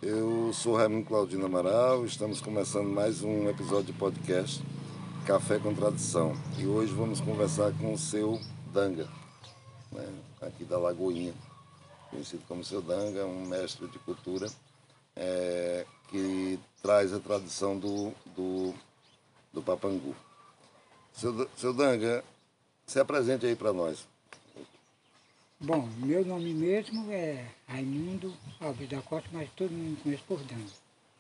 Eu sou Raimundo Claudino Amaral, estamos começando mais um episódio de podcast Café com Tradição. E hoje vamos conversar com o seu Danga, né, aqui da Lagoinha, conhecido como seu Danga, um mestre de cultura que traz a tradição do Papangu. Seu Danga, se apresente aí para nós. Bom, meu nome mesmo é Raimundo Alves da Costa, mas todo mundo me conhece por Danga.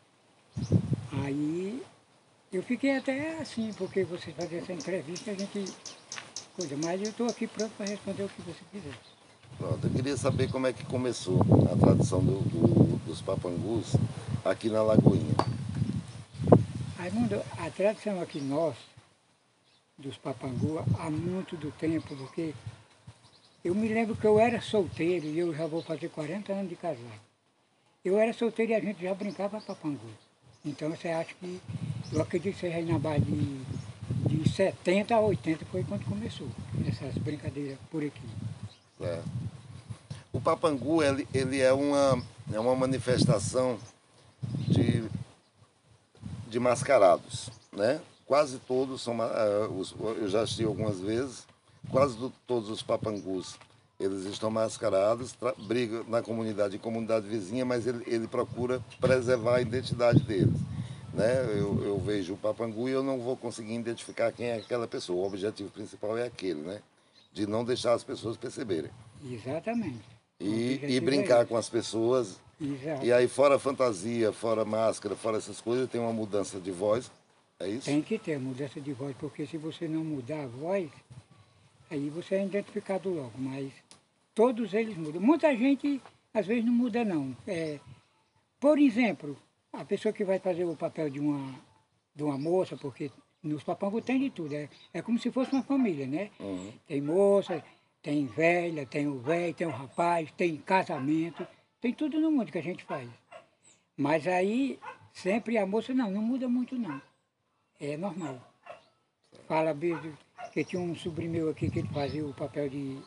Aí eu fiquei até assim, porque você fazer essa entrevista, a gente. Coisa, mas eu estou aqui pronto para responder o que você quiser. Pronto, eu queria saber como é que começou a tradição dos Papangus aqui na Lagoinha. Raimundo, a tradição aqui nossa, dos Papangu, há muito do tempo, porque eu me lembro que eu era solteiro e eu já vou fazer 40 anos de casado. Eu era solteiro e a gente já brincava papangu. Então você acha que, eu acredito que seja aí na base de 70 a 80 foi quando começou essas brincadeiras por aqui. Né? O Papangu ele é uma manifestação de, de mascarados, né? Quase todos são, eu já assisti algumas vezes, todos os papangus eles estão mascarados, brigam na comunidade, em comunidade vizinha, mas ele procura preservar a identidade deles. Né? Eu vejo o papangu e eu não vou conseguir identificar quem é aquela pessoa. O objetivo principal é aquele, né? De não deixar as pessoas perceberem. Exatamente. O E objetivo é brincar com esse. as pessoas. E Exato. aí, fora fantasia, fora máscara, fora essas coisas, tem uma mudança de voz. É isso? Tem que ter mudança de voz, porque se você não mudar a voz, aí você é identificado logo, mas todos eles mudam. Muita gente às vezes não muda não. Por exemplo, a pessoa que vai fazer o papel de uma moça, porque nos papangos tem de tudo, é como se fosse uma família, né? Uhum. Tem moça, tem velha, tem o velho, tem o rapaz, tem casamento, tem tudo no mundo que a gente faz. Mas aí, sempre a moça não muda muito não, é normal. Fala mesmo que tinha um sobrinho meu aqui que ele fazia o papel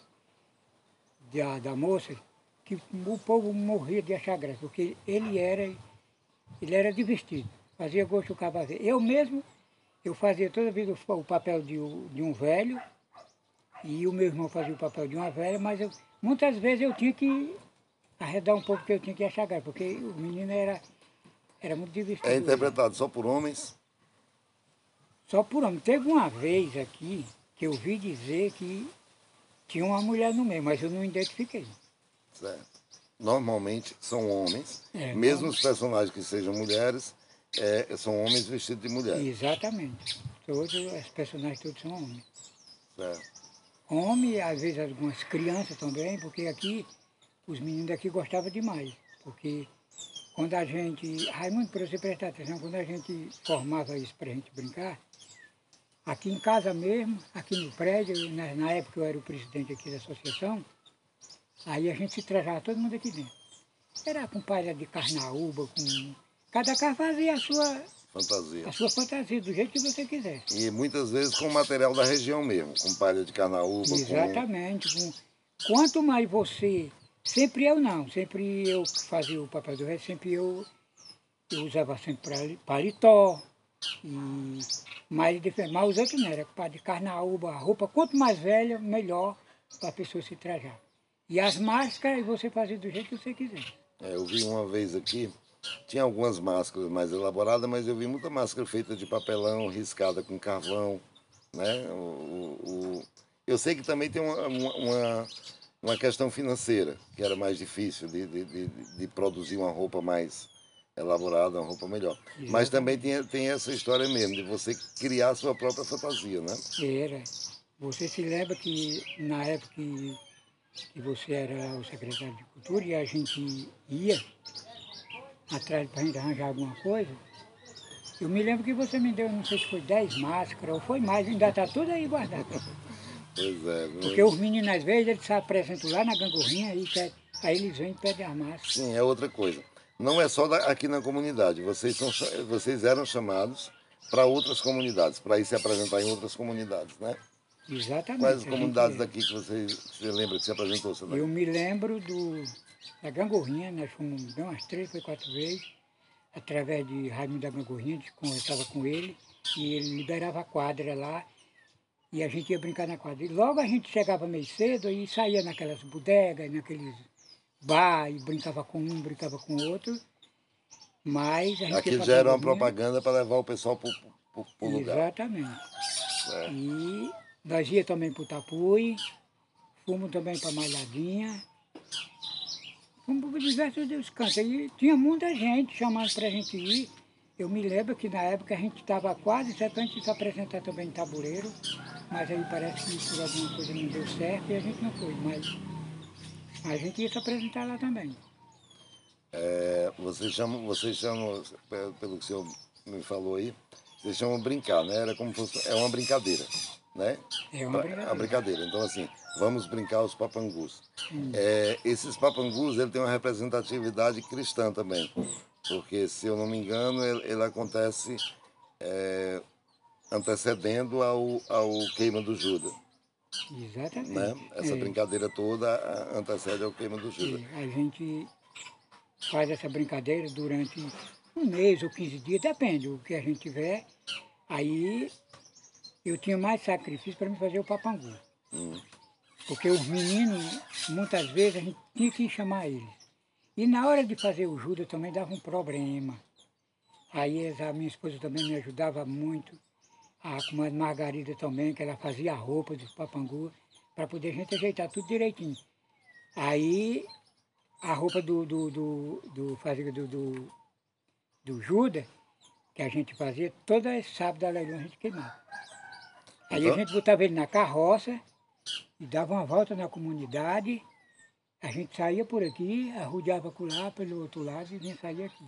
da moça, que o povo morria de achar graça, porque ele era divertido, fazia gosto do cavalo. Eu mesmo, eu fazia toda vez o papel de um velho, e o meu irmão fazia o papel de uma velha, mas muitas vezes eu tinha que arredar um pouco, porque eu tinha que achar graça, porque o menino era muito É divertido ele. interpretado só por homens. Só por homem. Teve uma vez aqui que eu vi dizer que tinha uma mulher no meio, mas eu não identifiquei. Certo? Normalmente são homens. Mesmo Não, os personagens que sejam mulheres, são homens vestidos de mulher. exatamente. Todos os personagens todos são homens. Certo? Homem, às vezes algumas crianças também, porque aqui, os meninos daqui gostavam demais. Porque quando a gente, Raimundo, para você prestar atenção, quando a gente formava isso para a gente brincar, aqui em casa mesmo, aqui no prédio, na época eu era o presidente aqui da associação, aí a gente se trajava todo mundo aqui dentro. Era com palha de carnaúba, com. Cada casa fazia a sua, Fantasia. a sua fantasia, do jeito que você quisesse. E muitas vezes com material da região mesmo, com palha de carnaúba, com. Exatamente. Quanto mais você. Sempre eu não, sempre eu que fazia o papel do resto, sempre eu usava sempre paletó. E mas os outros não, era de carnaúba, a roupa, quanto mais velha, melhor para a pessoa se trajar. E as máscaras você fazia do jeito que você quiser. Eu vi uma vez aqui, tinha algumas máscaras mais elaboradas, mas eu vi muita máscara feita de papelão, riscada com carvão, né? Eu sei que também tem uma questão financeira, que era mais difícil de produzir uma roupa mais elaborada, uma roupa melhor. Mas também Exatamente. tem essa história mesmo, de você criar a sua própria fantasia, né? Era. Você se lembra que na época que você era o secretário de Cultura e a gente ia atrás para a gente arranjar alguma coisa? Eu me lembro que você me deu, não sei se foi 10 máscaras ou foi mais, ainda está tudo aí guardado. Pois é. Porque os meninos, às vezes, eles se apresentam lá na gangorrinha e aí eles vêm e pedem as máscaras. Sim, é outra coisa. Não é só aqui na comunidade. Vocês eram chamados para outras comunidades, para ir se apresentar em outras comunidades, né? Quais as Exatamente, a gente comunidades é. daqui que você lembra que se apresentou, Cidade? Eu me lembro da Gangorrinha, nós fomos bem umas 4 vezes, através de Raimundo da Gangorrinha, a gente conversava com ele, e ele liberava a quadra lá, e a gente ia brincar na quadra. E logo a gente chegava meio cedo e saía naquelas bodegas, naqueles bar, e brincava com um, brincava com o outro, mas a gente ia Aquilo para já era uma Gangorrinha. propaganda para levar o pessoal para o lugar. Exatamente. É. E nós ia também para o Tapuí, fomos também para Malhadinha, fomos para diversos cantos. E tinha muita gente chamando para a gente ir. Eu me lembro que na época a gente estava quase certo a gente se apresentar também em Tabureiro, mas aí parece que por alguma coisa não deu certo e a gente não foi, mas a gente ia se apresentar lá também. É, vocês chamam, pelo que o senhor me falou aí, vocês chamam brincar, né? Era como fosse, é uma brincadeira, né? É uma A brincadeira. brincadeira. Então, assim, vamos brincar os papangus. Hum. É, esses papangus, ele tem uma representatividade cristã também, porque, se eu não me engano, ele acontece antecedendo ao queima do Judas, né? Exatamente. Essa brincadeira toda antecede ao queima do Judas. A gente faz essa brincadeira durante um mês ou 15 dias, depende do que a gente tiver. Aí eu tinha mais sacrifício para me fazer o papangu. Porque os meninos, muitas vezes, a gente tinha que chamar eles. E na hora de fazer o judo também dava um problema. Aí a minha esposa também me ajudava muito. A comadre Margarida também, que ela fazia a roupa dos papangu, para poder a gente ajeitar tudo direitinho. Aí a roupa do Judas, que a gente fazia, toda sábado, aleluia, a gente queimava. Aí a Então, gente botava ele na carroça e dava uma volta na comunidade, a gente saía por aqui, arrodeava por lá, pelo outro lado e vinha sair aqui.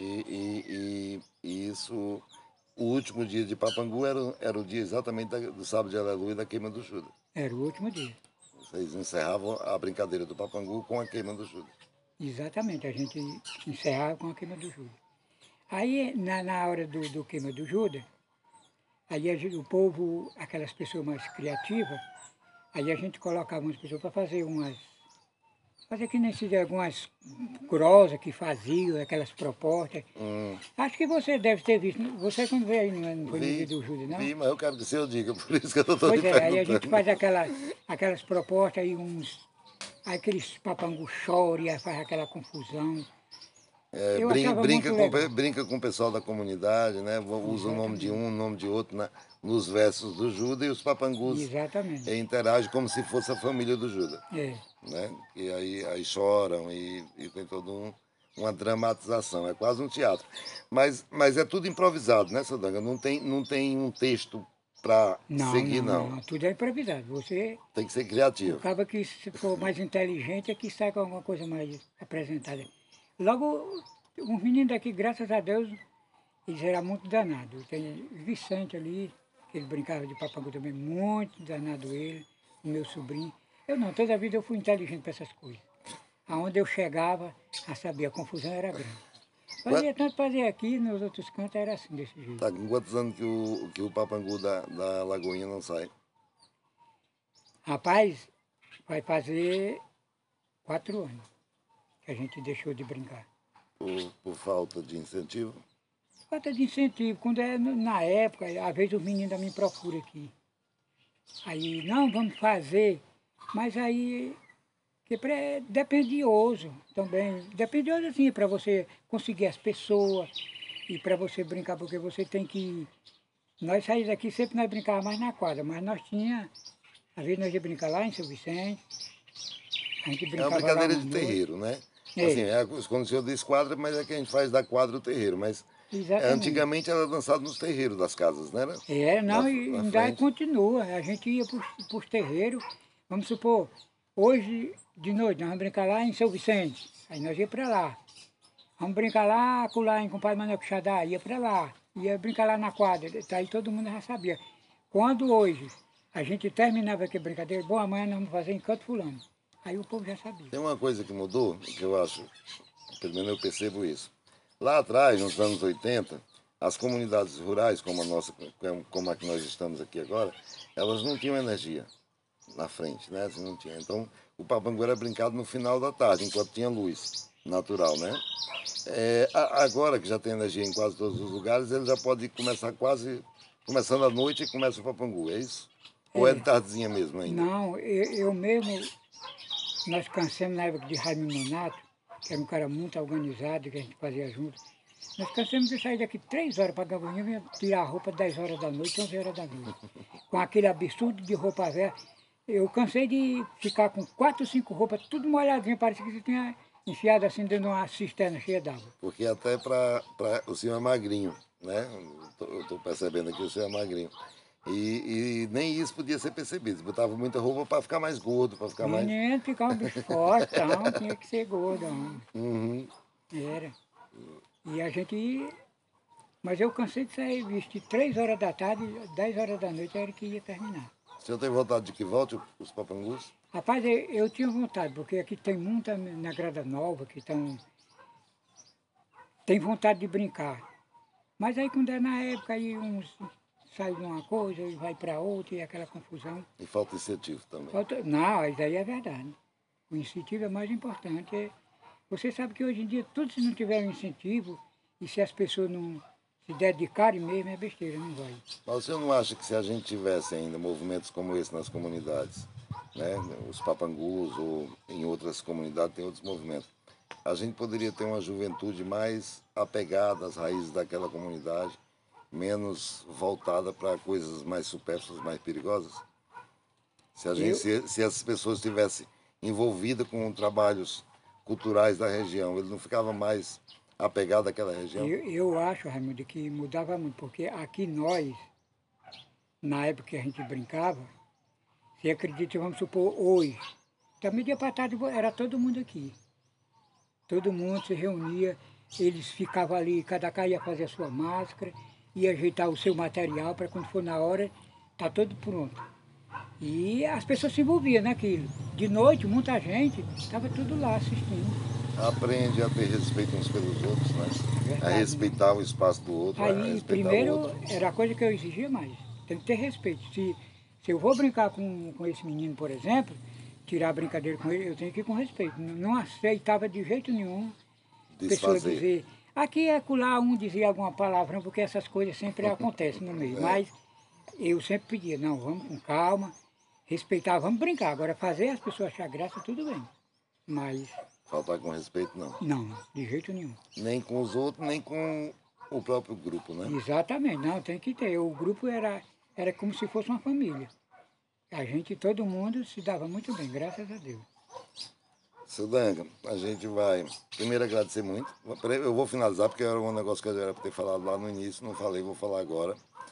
e isso, o último dia de Papangu era o dia exatamente do sábado de Aleluia e da queima do Judas. Era o último dia. Vocês encerravam a brincadeira do Papangu com a queima do Judas. Exatamente, a gente encerrava com a queima do Judas. Aí, na hora do queima do Judas, aí o povo, aquelas pessoas mais criativas, aí a gente colocava umas pessoas para fazer que nem se diz, algumas crosas que faziam, aquelas propostas. Acho que você deve ter visto, você quando veio aí, não foi no dia do Judas, não? Vi, mas eu quero que o senhor diga, por isso que eu estou lhe Pois é, aí a gente perguntando. faz aquelas propostas, aí aqueles papangus choram e aí faz aquela confusão. É, Eu achava muito legal. brinca com o pessoal da comunidade, né? Usa o nome de um, o nome de outro nos versos do Judas, e os papangus Exatamente. interagem como se fosse a família do Judas. É, Né? E aí choram e tem toda uma dramatização, é quase um teatro. Mas é tudo improvisado, né, Sandanga? Não tem um texto para seguir, não. tudo é improvisado. Você, Tem que ser o criativo. cara que se for mais inteligente é que sai com alguma coisa mais apresentada. Logo, uns meninos daqui, graças a Deus, eles eram muito danados. Tem Vicente ali, que ele brincava de papangu também, muito danado ele, o meu sobrinho. Eu não, toda a vida eu fui inteligente para essas coisas. Aonde eu chegava, a saber, a confusão era grande. Fazia tanto fazer aqui, nos outros cantos era assim, desse jeito. Tá com quantos anos que o papangu da Lagoinha não sai? Rapaz, vai fazer 4 anos que a gente deixou de brincar. Por falta de incentivo? Falta de incentivo. Quando é na época, às vezes os meninos me procuram aqui. Aí, não, vamos fazer. Mas aí, é dependioso também. Dependioso assim, para você conseguir as pessoas e para você brincar, porque você tem que... Nós saímos daqui, sempre nós brincávamos mais na quadra, mas nós tinha, às vezes nós ia brincar lá em São Vicente, a gente É brincava uma brincadeira lá de uma noite. terreiro, né? É. Assim, quando o senhor diz quadra, mas é que a gente faz da quadra o terreiro. Mas Exatamente. antigamente era dançado nos terreiros das casas, né? É, não, e Na ainda frente. continua. A gente ia para os terreiros, vamos supor, hoje de noite nós vamos brincar lá em São Vicente, aí nós ia para lá. Vamos brincar lá em Compadre Manuel Quixadá, ia para lá. Ia brincar lá na quadra, tá, aí todo mundo já sabia. Quando hoje a gente terminava aqui a brincadeira, bom, amanhã nós vamos fazer em Canto Fulano. Aí o povo já sabia. Tem uma coisa que mudou, que eu acho, pelo menos eu percebo isso. Lá atrás, nos anos 80, as comunidades rurais, como a nossa, como a que nós estamos aqui agora, elas não tinham energia na frente, né? Assim, não tinha. Então, o papangu era brincado no final da tarde, enquanto tinha luz natural, né? Agora que já tem energia em quase todos os lugares, ele já pode começar começando à noite e começa o papangu, é isso? Ou é de É, tardezinha mesmo ainda? não, eu mesmo, nós cansamos na época de Raimundo Nonato, que era um cara muito organizado, que a gente fazia junto. Nós cansamos de sair daqui 3 horas para Gaboinha, vinha tirar a roupa 10 horas da noite, 11 horas da noite. Com aquele absurdo de roupa velha. Eu cansei de ficar com 4, 5 roupas, tudo molhadinho, parecia que você tinha enfiado assim dentro de uma cisterna cheia d'água. Porque até o senhor é magrinho, né? Eu tô percebendo aqui que o senhor é magrinho. E nem isso podia ser percebido. Botava muita roupa para ficar mais gordo, para ficar mais. Menino, ficar um bicho forte, não, tinha que ser gordo, não. Uhum. Era. E a gente ia, mas eu cansei de sair vestir 3 horas da tarde, 10 horas da noite era que ia terminar. O senhor tem vontade de que volte os papangus? Rapaz, eu tinha vontade, porque aqui tem muita na Grada Nova que tem vontade de brincar. Mas aí quando é na época, aí uns sai de uma coisa e vai para outra e aquela confusão. E falta incentivo também. Não, isso aí é verdade. O incentivo é mais importante. Você sabe que hoje em dia, tudo se não tiver um incentivo, e se as pessoas não se dedicarem mesmo, é besteira, não vai. Mas o senhor não acha que se a gente tivesse ainda movimentos como esse nas comunidades, né, os papangus ou em outras comunidades tem outros movimentos, a gente poderia ter uma juventude mais apegada às raízes daquela comunidade, menos voltada para coisas mais supérfluas, mais perigosas? Eu, Se as pessoas estivessem envolvidas com trabalhos culturais da região, ele não ficava mais apegado àquela região? eu acho, Raimundo, que mudava muito, porque aqui nós, na época que a gente brincava, você acredita, vamos supor, hoje, também dia para tarde era todo mundo aqui. Todo mundo se reunia, eles ficavam ali, cada cara ia fazer a sua máscara, ia ajeitar o seu material para quando for na hora, tá tudo pronto. E as pessoas se envolviam naquilo. De noite, muita gente, estava tudo lá assistindo. Aprende a ter respeito uns pelos outros, né? A Verdade, né? respeitar o espaço do outro, a Aí, respeitar o primeiro, outro. era a coisa que eu exigia mais. Tem que ter respeito. Se eu vou brincar com esse menino, por exemplo, tirar a brincadeira com ele, eu tenho que ir com respeito. Não aceitava de jeito nenhum pessoa Desfazer. dizer, aqui é acolá, um dizia alguma palavrão, porque essas coisas sempre acontecem no meio. É, Mas eu sempre pedia, não, vamos com calma, respeitar, vamos brincar. Agora fazer as pessoas achar graça, tudo bem. Mas faltar com respeito, não. não, de jeito nenhum. Nem com os outros, nem com o próprio grupo, né? Exatamente, não, tem que ter. O grupo era como se fosse uma família. A gente, todo mundo se dava muito bem, graças a Deus. Seu Danga, a gente vai primeiro agradecer muito. Eu vou finalizar porque era um negócio que eu era para ter falado lá no início, não falei, vou falar agora.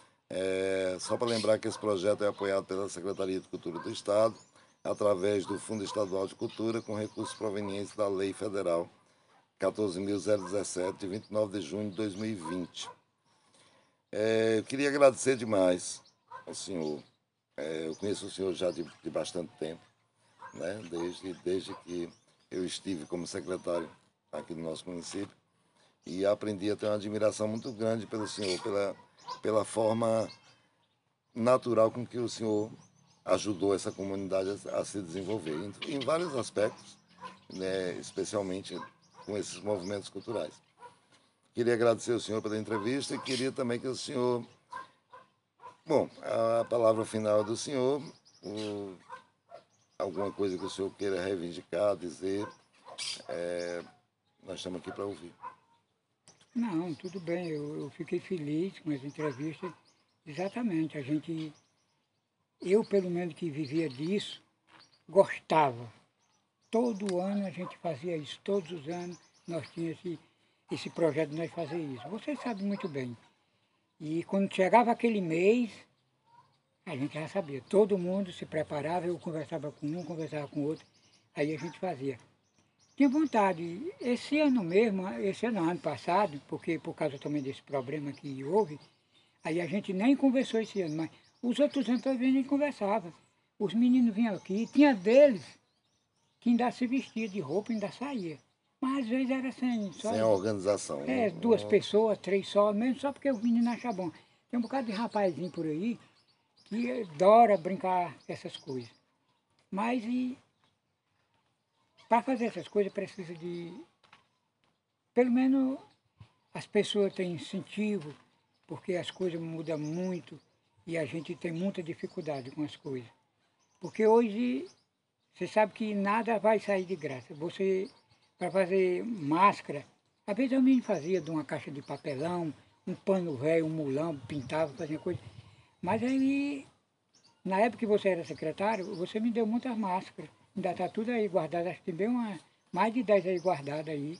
Só para lembrar que esse projeto é apoiado pela Secretaria de Cultura do Estado, através do Fundo Estadual de Cultura, com recursos provenientes da Lei Federal 14.017, de 29 de junho de 2020. Eu queria agradecer demais ao senhor. Eu conheço o senhor já de bastante tempo, né? Desde que eu estive como secretário aqui no nosso município, e aprendi a ter uma admiração muito grande pelo senhor, pela forma natural com que o senhor ajudou essa comunidade a se desenvolver, em vários aspectos, né? Especialmente com esses movimentos culturais. Queria agradecer ao senhor pela entrevista e queria também que o senhor... Bom, a palavra final é do senhor. Alguma coisa que o senhor queira reivindicar, dizer, nós estamos aqui para ouvir. Não, tudo bem, eu fiquei feliz com essa entrevista. Exatamente, eu pelo menos que vivia disso, gostava. Todo ano a gente fazia isso, todos os anos nós tínhamos esse projeto de nós fazer isso. Você sabe muito bem. E quando chegava aquele mês, a gente já sabia. Todo mundo se preparava, eu conversava com um, conversava com o outro, aí a gente fazia. Tinha vontade. Esse ano mesmo, esse ano, ano passado, porque por causa também desse problema que houve, aí a gente nem conversou esse ano, mas os outros anos todos a gente conversava. Os meninos vinham aqui, tinha deles que ainda se vestia de roupa, ainda saía. Mas às vezes era Sem a organização. 2 pessoas, 3 só, mesmo só porque o menino acha bom. Tem um bocado de rapazinho por aí que adora brincar essas coisas. Mas para fazer essas coisas precisa de, pelo menos as pessoas têm incentivo, porque as coisas mudam muito e a gente tem muita dificuldade com as coisas. Porque hoje você sabe que nada vai sair de graça. Você, para fazer máscara, às vezes eu mesmo fazia de uma caixa de papelão, um pano velho, um mulão, pintava, fazia coisa. Mas aí, na época que você era secretário, você me deu muitas máscaras. Ainda está tudo aí guardado, acho que tem bem mais de 10 aí guardadas aí.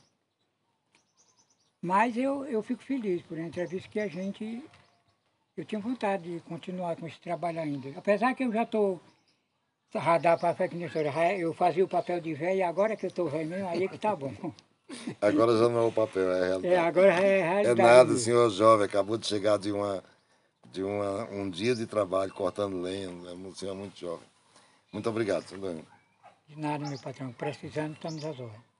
Mas eu fico feliz por uma entrevista que eu tinha vontade de continuar com esse trabalho ainda. Apesar que eu já estou radar para frente na história, eu fazia o papel de velho e agora que eu estou velho mesmo, aí é que tá bom. Agora já não é o papel, é a É, realidade. agora é É realidade nada, mesmo. senhor jovem, acabou de chegar um dia de trabalho cortando lenha, é um senhor muito jovem. Muito obrigado, senhor Dani. De nada, meu patrão. Precisando, estamos às ordens.